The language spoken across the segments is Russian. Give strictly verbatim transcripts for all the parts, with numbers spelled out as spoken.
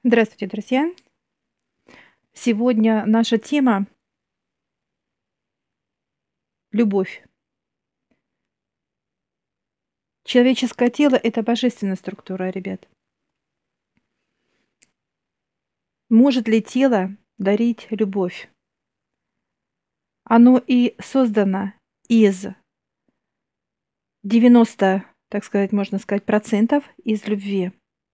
Здравствуйте, друзья! Сегодня наша тема любовь. Человеческое тело- это божественная структура, ребят. Может ли тело дарить любовь? Оно и создано из девяноста, так сказать, можно сказать, процентов из любви.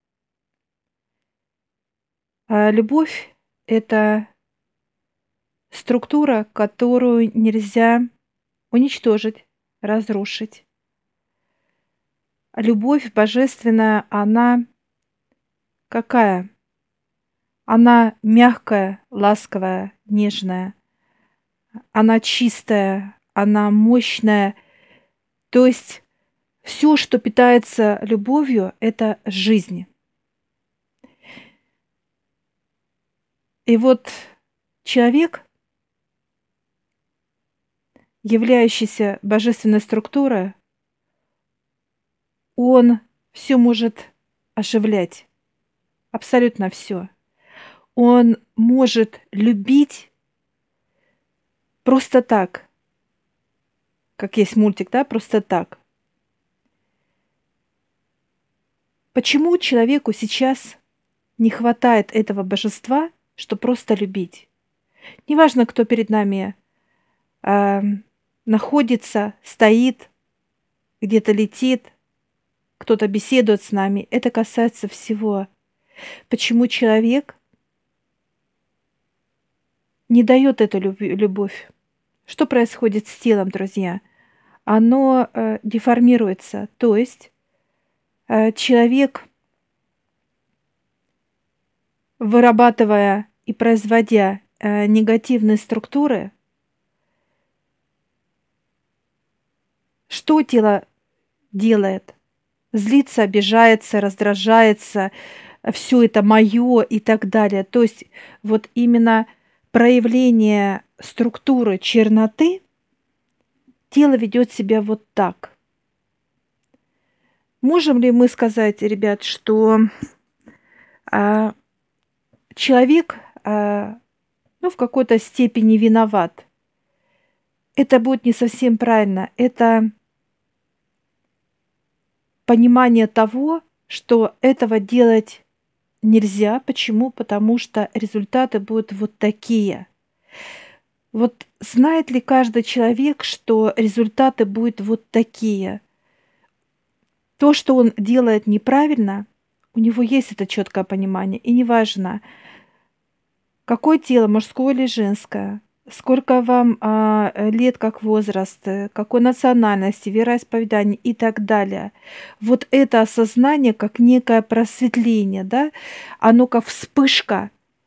А любовь- это структура, которую нельзя уничтожить, разрушить. Любовь божественная, она какая? Она мягкая, ласковая, нежная. Она чистая, она мощная. То есть всё, что питается любовью- это жизнь. И вот человек являющийся божественной структурой он всё может оживлять, абсолютно всё. Он может любить просто так. Как есть мультик, да, "Просто так". Почему человеку сейчас не хватает этого божества, чтоб просто любить? Неважно, кто перед нами, ам, находится, стоит, где-то летит, кто-то беседует с нами. Это касается всего. Почему человек не даёт эту люб любовь? Что происходит с телом, друзья? Оно, э, деформируется. То есть, э, человек вырабатывая и производя, э, негативные структуры что тело делает? Злится, обижается, раздражается, всё это моё и так далее. То есть вот именно проявление структуры черноты тело ведёт себя вот так. Можем ли мы сказать, ребят, что, а, человек, а, ну, в какой-то степени виноват? Это будет не совсем правильно. Это понимание того, что этого делать нельзя. Почему? Потому что результаты будут вот такие. Вот знает ли каждый человек, что результаты будет вот такие? То, что он делает неправильно, у него есть это чёткое понимание. И неважно какое тело, мужское или женское, сколько вам, а, лет как возраст, э, какой национальности, вероисповедания и так далее. Вот это осознание, как некое просветление, да, оно как вспышка.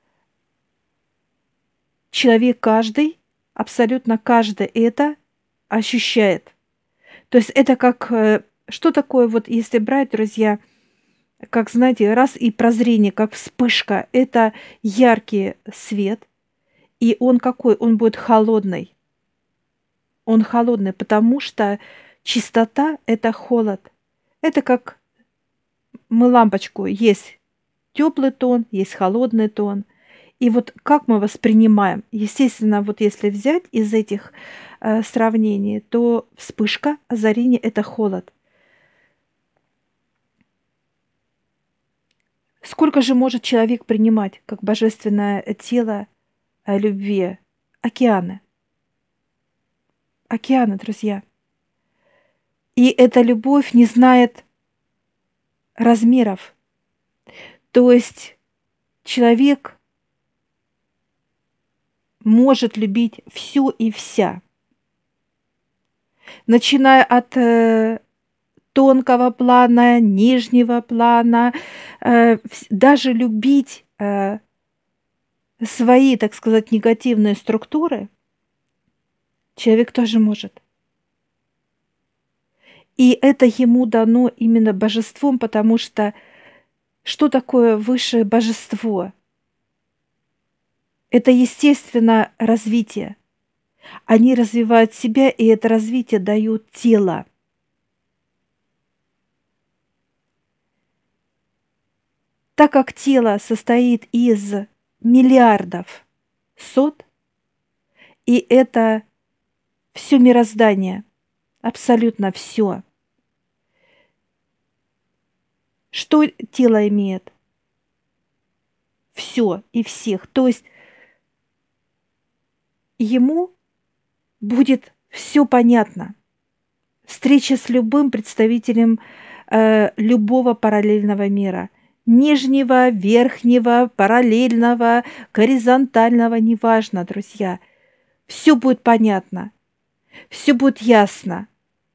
Человек каждый, абсолютно каждый это ощущает. То есть это как, э, что такое, вот если брать, друзья, как, знаете, раз и прозрение, как вспышка. Это яркий свет, и он какой? Он будет холодный. Он холодный, потому что чистота- это холод. Это как мы лампочку есть тёплый тон, есть холодный тон. И вот как мы воспринимаем? Естественно, вот если взять из этих, э, сравнений, то вспышка, озарение- это холод. Сколько же может человек принимать, как божественное, э, тело, э, любви? Океаны. Океаны, друзья. И эта любовь не знает размеров. То есть человек может любить всё и вся. Начиная от, э, тонкого плана, нижнего плана, э, вс даже любить, э свои, так сказать, негативные структуры человек тоже может. И это ему дано именно божеством, потому что что такое высшее божество? Это, естественно, развитие. Они развивают себя, и это развитие дают тело. Так как тело состоит из миллиардов сот, и это все мироздание, абсолютно все. Что тело имеет? Все и всех. То есть ему будет все понятно. Встреча с любым представителем э, любого параллельного мира. Нижнего, верхнего, параллельного, горизонтального, неважно, друзья. Все будет понятно, все будет ясно.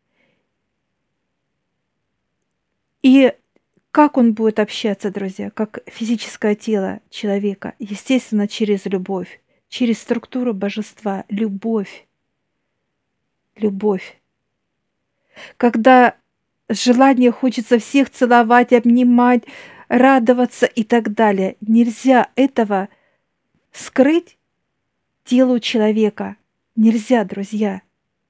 И как он будет общаться, друзья, как физическое тело человека? Естественно, через любовь, через структуру божества. Любовь. Любовь. Когда желание хочется всех целовать, обнимать, радоваться и так далее. Нельзя этого скрыть телу человека. Нельзя, друзья.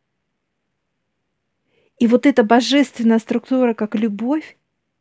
И вот эта божественная структура, как любовь,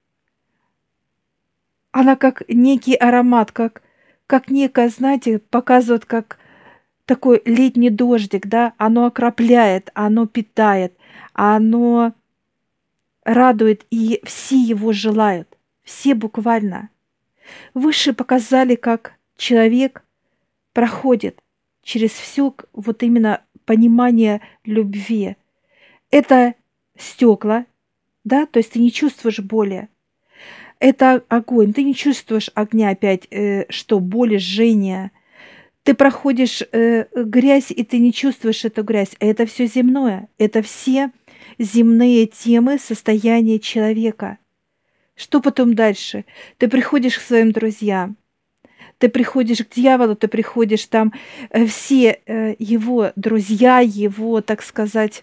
она как некий аромат, как, как некое, знаете, показывает, как такой летний дождик, да, оно окропляет, оно питает, оно радует, и все его желают, все буквально. Выше показали, как человек проходит через все вот именно понимание любви. Это стекла, да, то есть ты не чувствуешь боли. Это огонь, ты не чувствуешь огня опять, э, что боли, жжения. Ты проходишь э, грязь, и ты не чувствуешь эту грязь. Это все земное. Это все земные темы состояния человека. Что потом дальше? Ты приходишь к своим друзьям, ты приходишь к дьяволу, ты приходишь там, э, все э, его друзья, его, так сказать,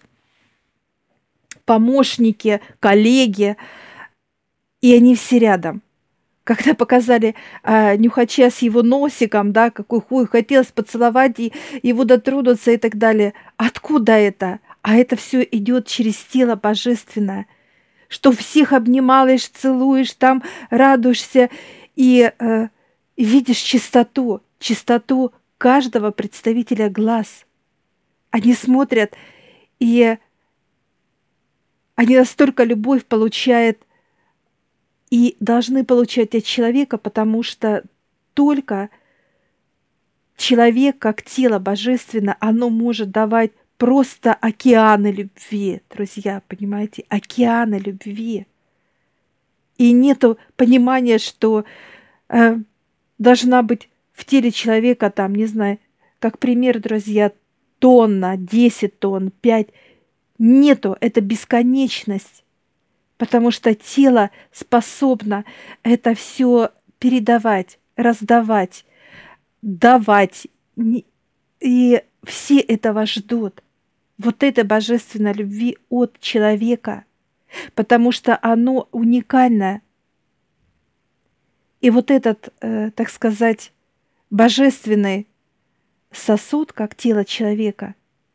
помощники, коллеги, и они все рядом. Когда показали а, нюхача с его носиком, да, какой хуй, хотелось поцеловать и его дотронуться и так далее. Откуда это? А это все идет через тело божественное, что всех обнимаешь, целуешь, там радуешься и э, видишь чистоту, чистоту каждого представителя глаз. Они смотрят, и они настолько любовь получают и должны получать от человека, потому что только человек, как тело божественное, оно может давать просто океаны любви, друзья, понимаете, океаны любви. И нету понимания, что э, должна быть в теле человека, там, не знаю, как пример, друзья, тонна, десять тонн, пять. Нету, это бесконечность. Потому что тело способно это все передавать, раздавать, давать. И все этого ждут. Вот этой божественной любви от человека. Потому что оно уникальное. И вот этот, э, так сказать, божественный сосуд, как тело человека,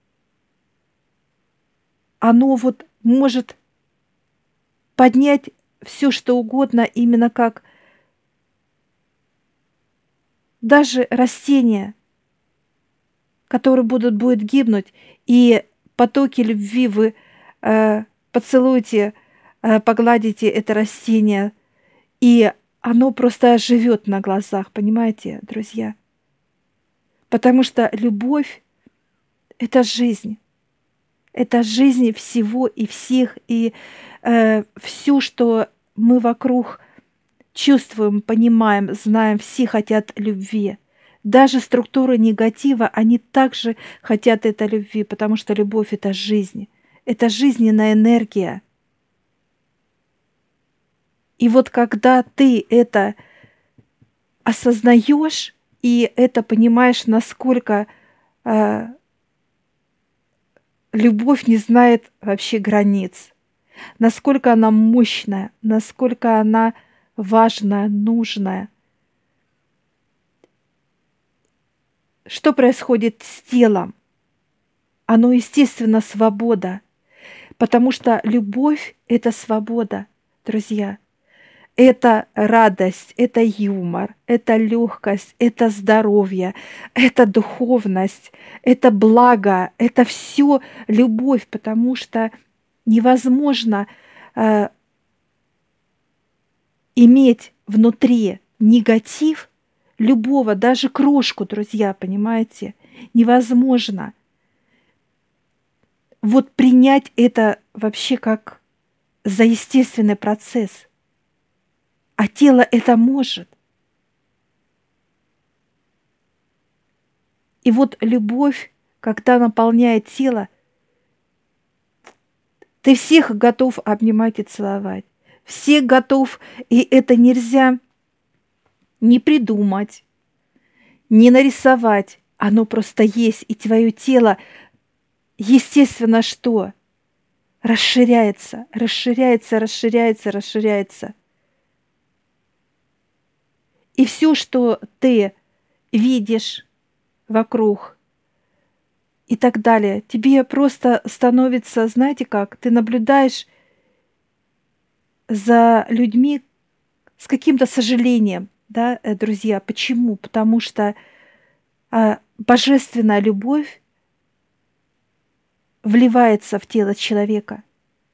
оно вот может поднять все, что угодно, именно как даже растения, которые будут, будут гибнуть, и потоки любви вы э, поцелуете, э, погладите это растение, и оно просто оживет на глазах, понимаете, друзья? Потому что любовь — это жизнь. Это жизнь всего и всех, и э, все, что мы вокруг чувствуем, понимаем, знаем, все хотят любви. Даже структуры негатива, они также хотят этой любви, потому что любовь — это жизнь, это жизненная энергия. И вот когда ты это осознаешь и это понимаешь, насколько э, любовь не знает вообще границ, насколько она мощная, насколько она важная, нужная. Что происходит с телом? Оно, естественно, свобода, потому что любовь — это свобода, друзья. Это радость, это юмор, это легкость, это здоровье, это духовность, это благо, это все любовь, потому что невозможно э, иметь внутри негатив любого, даже крошку, друзья, понимаете, невозможно. Вот принять это вообще как за естественный процесс. А тело это может. И вот любовь, когда наполняет тело, ты всех готов обнимать и целовать. Всех готов, и это нельзя не придумать, не нарисовать. Оно просто есть, и твое тело, естественно, что? Расширяется, расширяется, расширяется, расширяется. И все, что ты видишь вокруг и так далее, тебе просто становится, знаете как, ты наблюдаешь за людьми с каким-то сожалением, да, э, друзья. Почему? Потому что а, божественная любовь вливается в тело человека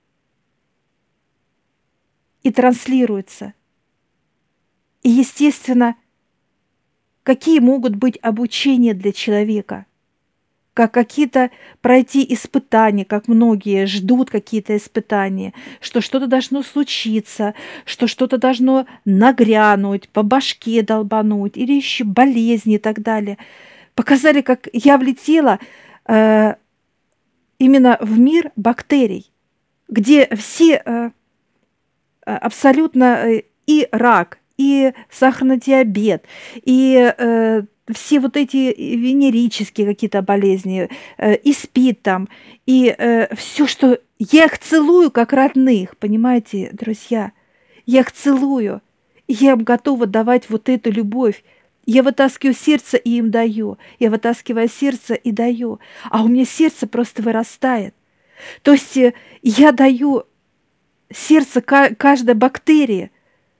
и транслируется. И, естественно, какие могут быть обучения для человека? Как какие-то пройти испытания, как многие ждут какие-то испытания, что что-то должно случиться, что что-то должно нагрянуть, по башке долбануть, или еще болезни и так далее. Показали, как я влетела э, именно в мир бактерий, где все э, абсолютно э, и рак, и сахарный диабет, и э, все вот эти венерические какие-то болезни, э, и СПИД там, и э, все, что... Я их целую как родных, понимаете, друзья? Я их целую, и я им готова давать вот эту любовь. Я вытаскиваю сердце и им даю. Я вытаскиваю сердце и даю. А у меня сердце просто вырастает. То есть э, я даю сердце ка- каждой бактерии.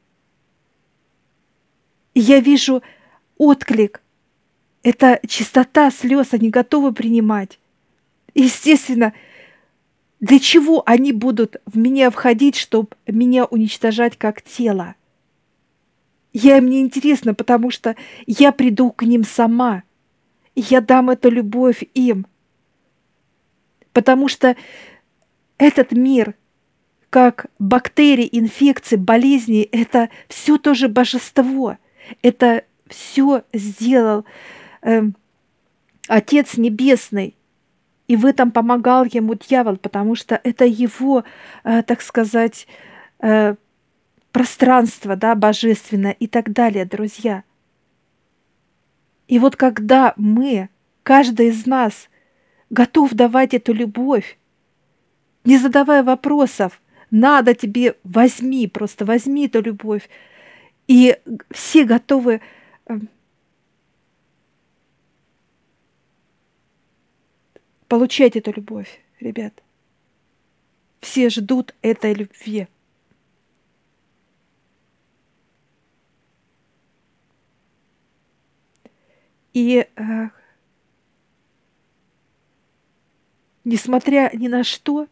И я вижу отклик. Это чистота слез, они готовы принимать. Естественно, для чего они будут в меня входить, чтобы меня уничтожать как тело? Я им не интересна, потому что я приду к ним сама, и я дам эту любовь им. Потому что этот мир, как бактерии, инфекции, болезни, это все тоже божество. Это все сделал э, Отец Небесный. И в этом помогал ему дьявол, потому что это его, э, так сказать, э, пространство, да, божественное и так далее, друзья. И вот когда мы, каждый из нас, готов давать эту любовь, не задавая вопросов, надо тебе, возьми, просто возьми эту любовь. И все готовы э, получать эту любовь, ребят. Все ждут этой любви. И э, несмотря ни на что,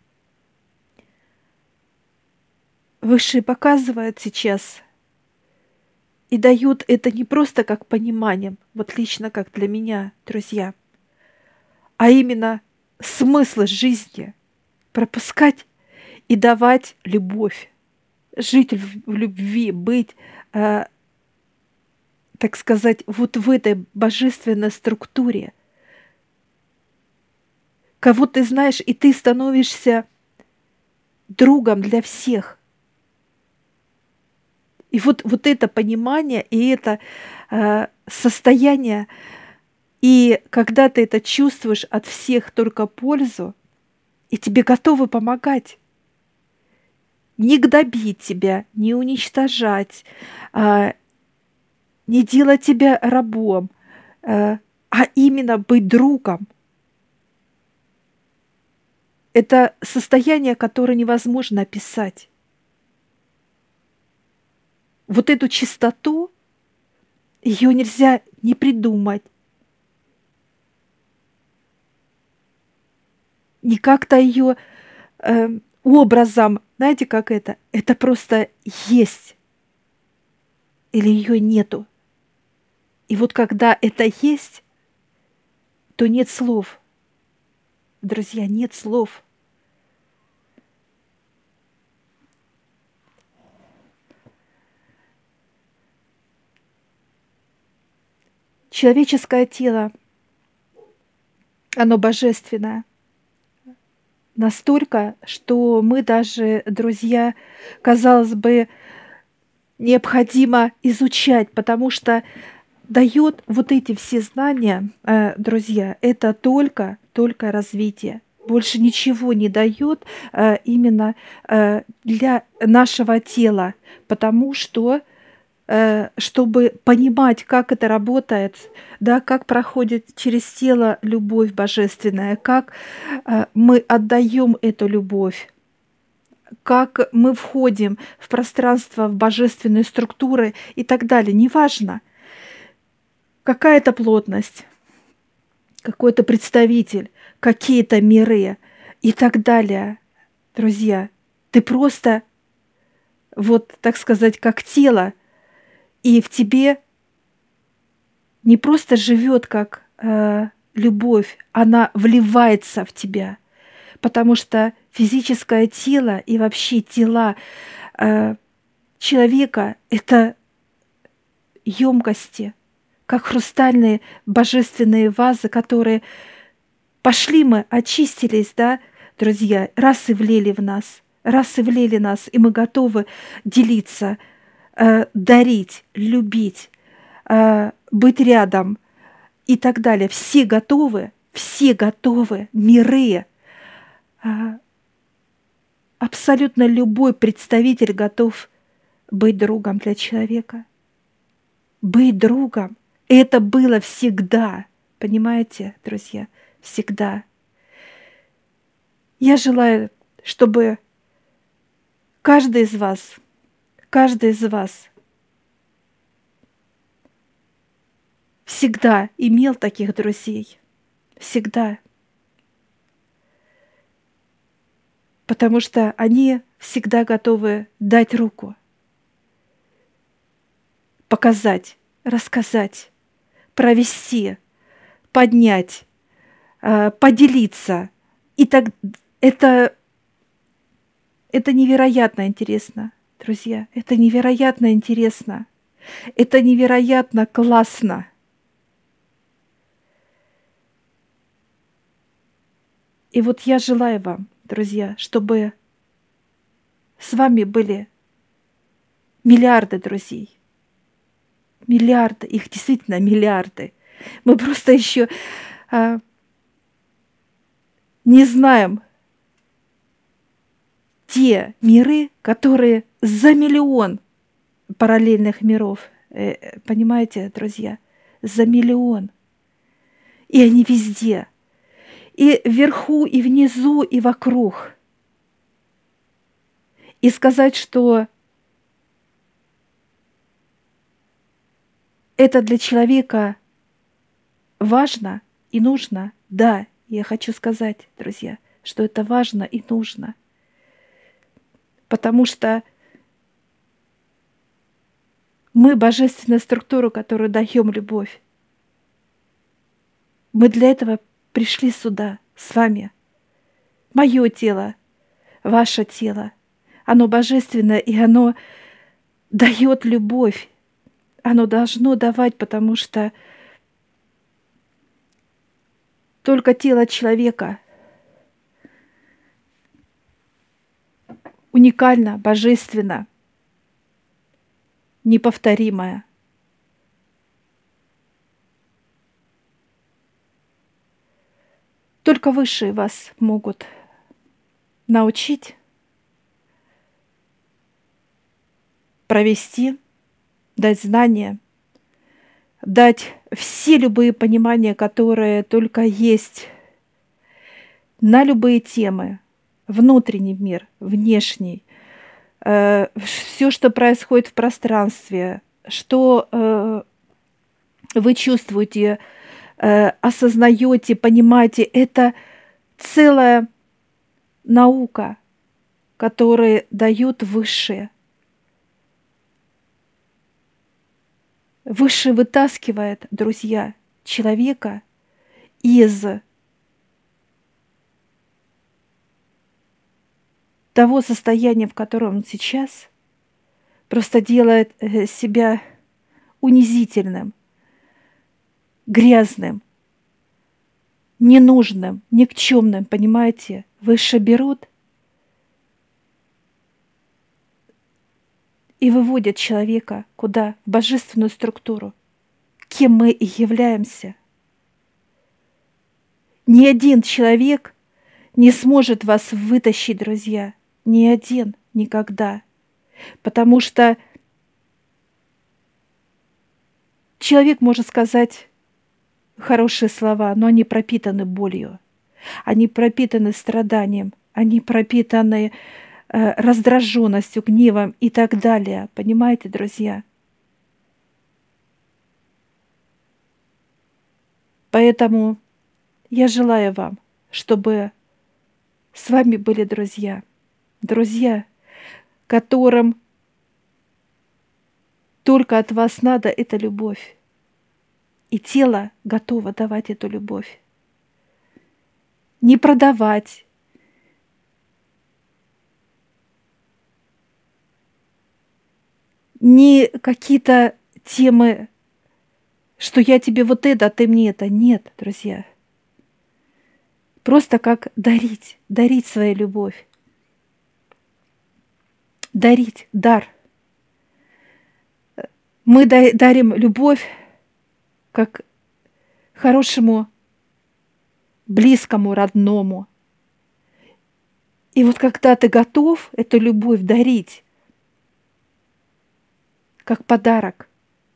Высшие показывают сейчас и дают это не просто как пониманием, вот лично как для меня, друзья, а именно смысл жизни, пропускать и давать любовь, жить в, в любви, быть, э, так сказать, вот в этой божественной структуре. Кого ты знаешь, и ты становишься другом для всех. И вот, вот это понимание и это э, состояние, и когда ты это чувствуешь от всех только пользу, и тебе готовы помогать, не гнобить тебя, не уничтожать, э, не делать тебя рабом, э, а именно быть другом. Это состояние, которое невозможно описать. вот эту чистоту, ее нельзя не придумать, не как-то ее э, образом, знаете, как это? Это просто есть или ее нету. И вот когда это есть, то нет слов. Друзья, нет слов. Человеческое тело, оно божественное. Настолько, что мы даже, друзья, казалось бы, необходимо изучать, потому что дает вот эти все знания, э, друзья, это только, только развитие. Больше ничего не дает э, именно э, для нашего тела, потому что э, чтобы понимать, как это работает, да, как проходит через тело любовь божественная, как э, мы отдаем эту любовь, как мы входим в пространство, в божественные структуры и так далее. Неважно, какая-то плотность, какой-то представитель, какие-то миры и так далее. Друзья, ты просто, вот так сказать, как тело, и в тебе не просто живет как э, любовь, она вливается в тебя, потому что физическое тело и вообще тела э, человека — это емкости, как хрустальные божественные вазы, которые пошли мы, очистились, да, друзья, раз и влили в нас, раз и влили нас, и мы готовы делиться, э, дарить, любить, э, быть рядом и так далее. Все готовы, все готовы, миры. Э, абсолютно любой представитель готов быть другом для человека. Быть другом. Это было всегда. Понимаете, друзья? Всегда. Я желаю, чтобы каждый из вас, каждый из вас всегда имел таких друзей. Всегда. Потому что они всегда готовы дать руку, показать, рассказать, провести, поднять, поделиться. И так это, это невероятно интересно, друзья. Это невероятно интересно. Это невероятно классно. И вот я желаю вам, друзья, чтобы с вами были миллиарды друзей. Миллиарды, их действительно миллиарды. Мы просто еще а, не знаем те миры, которые за миллион параллельных миров, э, понимаете, друзья, за миллион. И они везде. И вверху, и внизу, и вокруг. И сказать, что это для человека важно и нужно, да, я хочу сказать, друзья, что это важно и нужно. Потому что мы божественная структура, которую даем любовь. Мы для этого пришли сюда с вами. Мое тело, ваше тело, оно божественное, и оно дает любовь. Оно должно давать, потому что только тело человека уникально, божественно, неповторимое. Только высшие вас могут научить, провести, дать знания, дать все любые понимания, которые только есть на любые темы. Внутренний мир, внешний, все, что происходит в пространстве, что э, вы чувствуете, э, осознаете, понимаете, это целая наука, которую дают высшие. Высшее вытаскивает, друзья, человека из того состояния, в котором он сейчас, просто делает э, себя унизительным, грязным, ненужным, никчемным, понимаете? Выше берут и выводят человека куда? В божественную структуру. Кем мы и являемся. Ни один человек не сможет вас вытащить, друзья. Ни один никогда. Потому что человек может сказать хорошие слова, но они пропитаны болью. Они пропитаны страданием. Они пропитаны э, раздраженностью, гневом и так далее. Понимаете, друзья? Поэтому я желаю вам, чтобы с вами были друзья. Друзья, которым только от вас надо это любовь. И тело готово давать эту любовь. Не продавать. Не какие-то темы, что я тебе вот это, а ты мне это. Нет, друзья. Просто как дарить, дарить свою любовь. Дарить, дар. Мы дарим любовь как хорошему, близкому, родному. И вот когда ты готов эту любовь дарить, как подарок,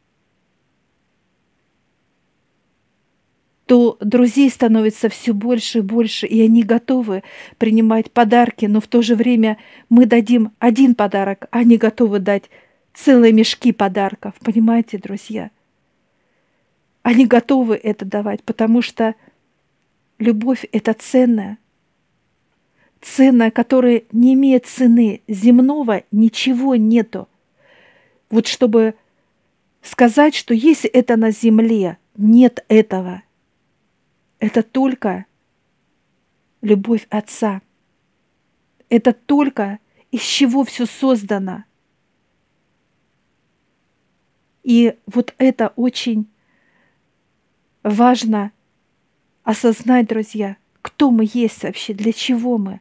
то друзей становится все больше и больше, и они готовы принимать подарки, но в то же время мы дадим один подарок, а они готовы дать целые мешки подарков. Понимаете, друзья? Они готовы это давать, потому что любовь — это ценная, ценная, которая не имеет цены. Земного ничего нету. Вот чтобы сказать, что если это на земле, нет этого. Это только любовь Отца. Это только из чего все создано. И вот это очень важно осознать, друзья, кто мы есть вообще, для чего мы.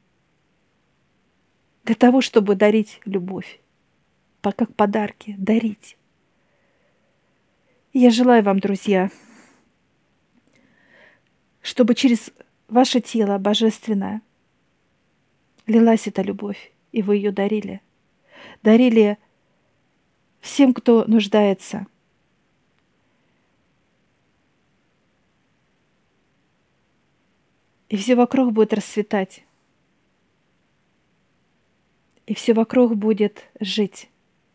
Для того, чтобы дарить любовь, как подарки, дарить. И я желаю вам, друзья, чтобы через ваше тело божественное лилась эта любовь, и вы ее дарили. Дарили всем, кто нуждается. И все вокруг будет расцветать. И все вокруг будет жить.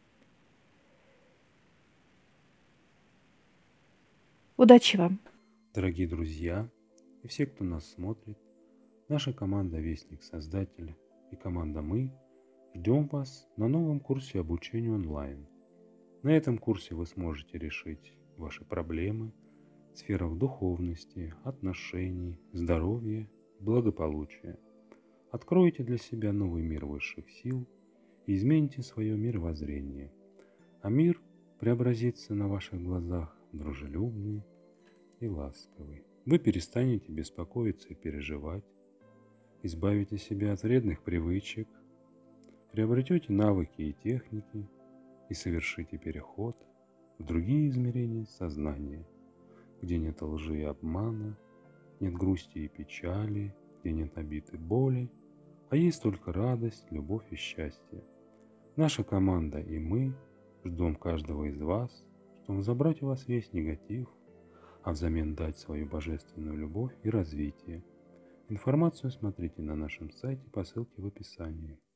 Удачи вам! Дорогие друзья и все, кто нас смотрит, наша команда «Вестник Создателя» и команда «Мы» ждем вас на новом курсе обучения онлайн. На этом курсе вы сможете решить ваши проблемы в сферах духовности, отношений, здоровья, благополучия. Откройте для себя новый мир высших сил и измените свое мировоззрение. А мир преобразится на ваших глазах в дружелюбный и ласковый. Вы перестанете беспокоиться и переживать, избавите себя от вредных привычек, приобретете навыки и техники и совершите переход в другие измерения сознания, где нет лжи и обмана, нет грусти и печали, где нет обид и боли, а есть только радость, любовь и счастье. Наша команда и мы ждем каждого из вас, чтобы забрать у вас весь негатив, а взамен дать свою божественную любовь и развитие. Информацию смотрите на нашем сайте по ссылке в описании.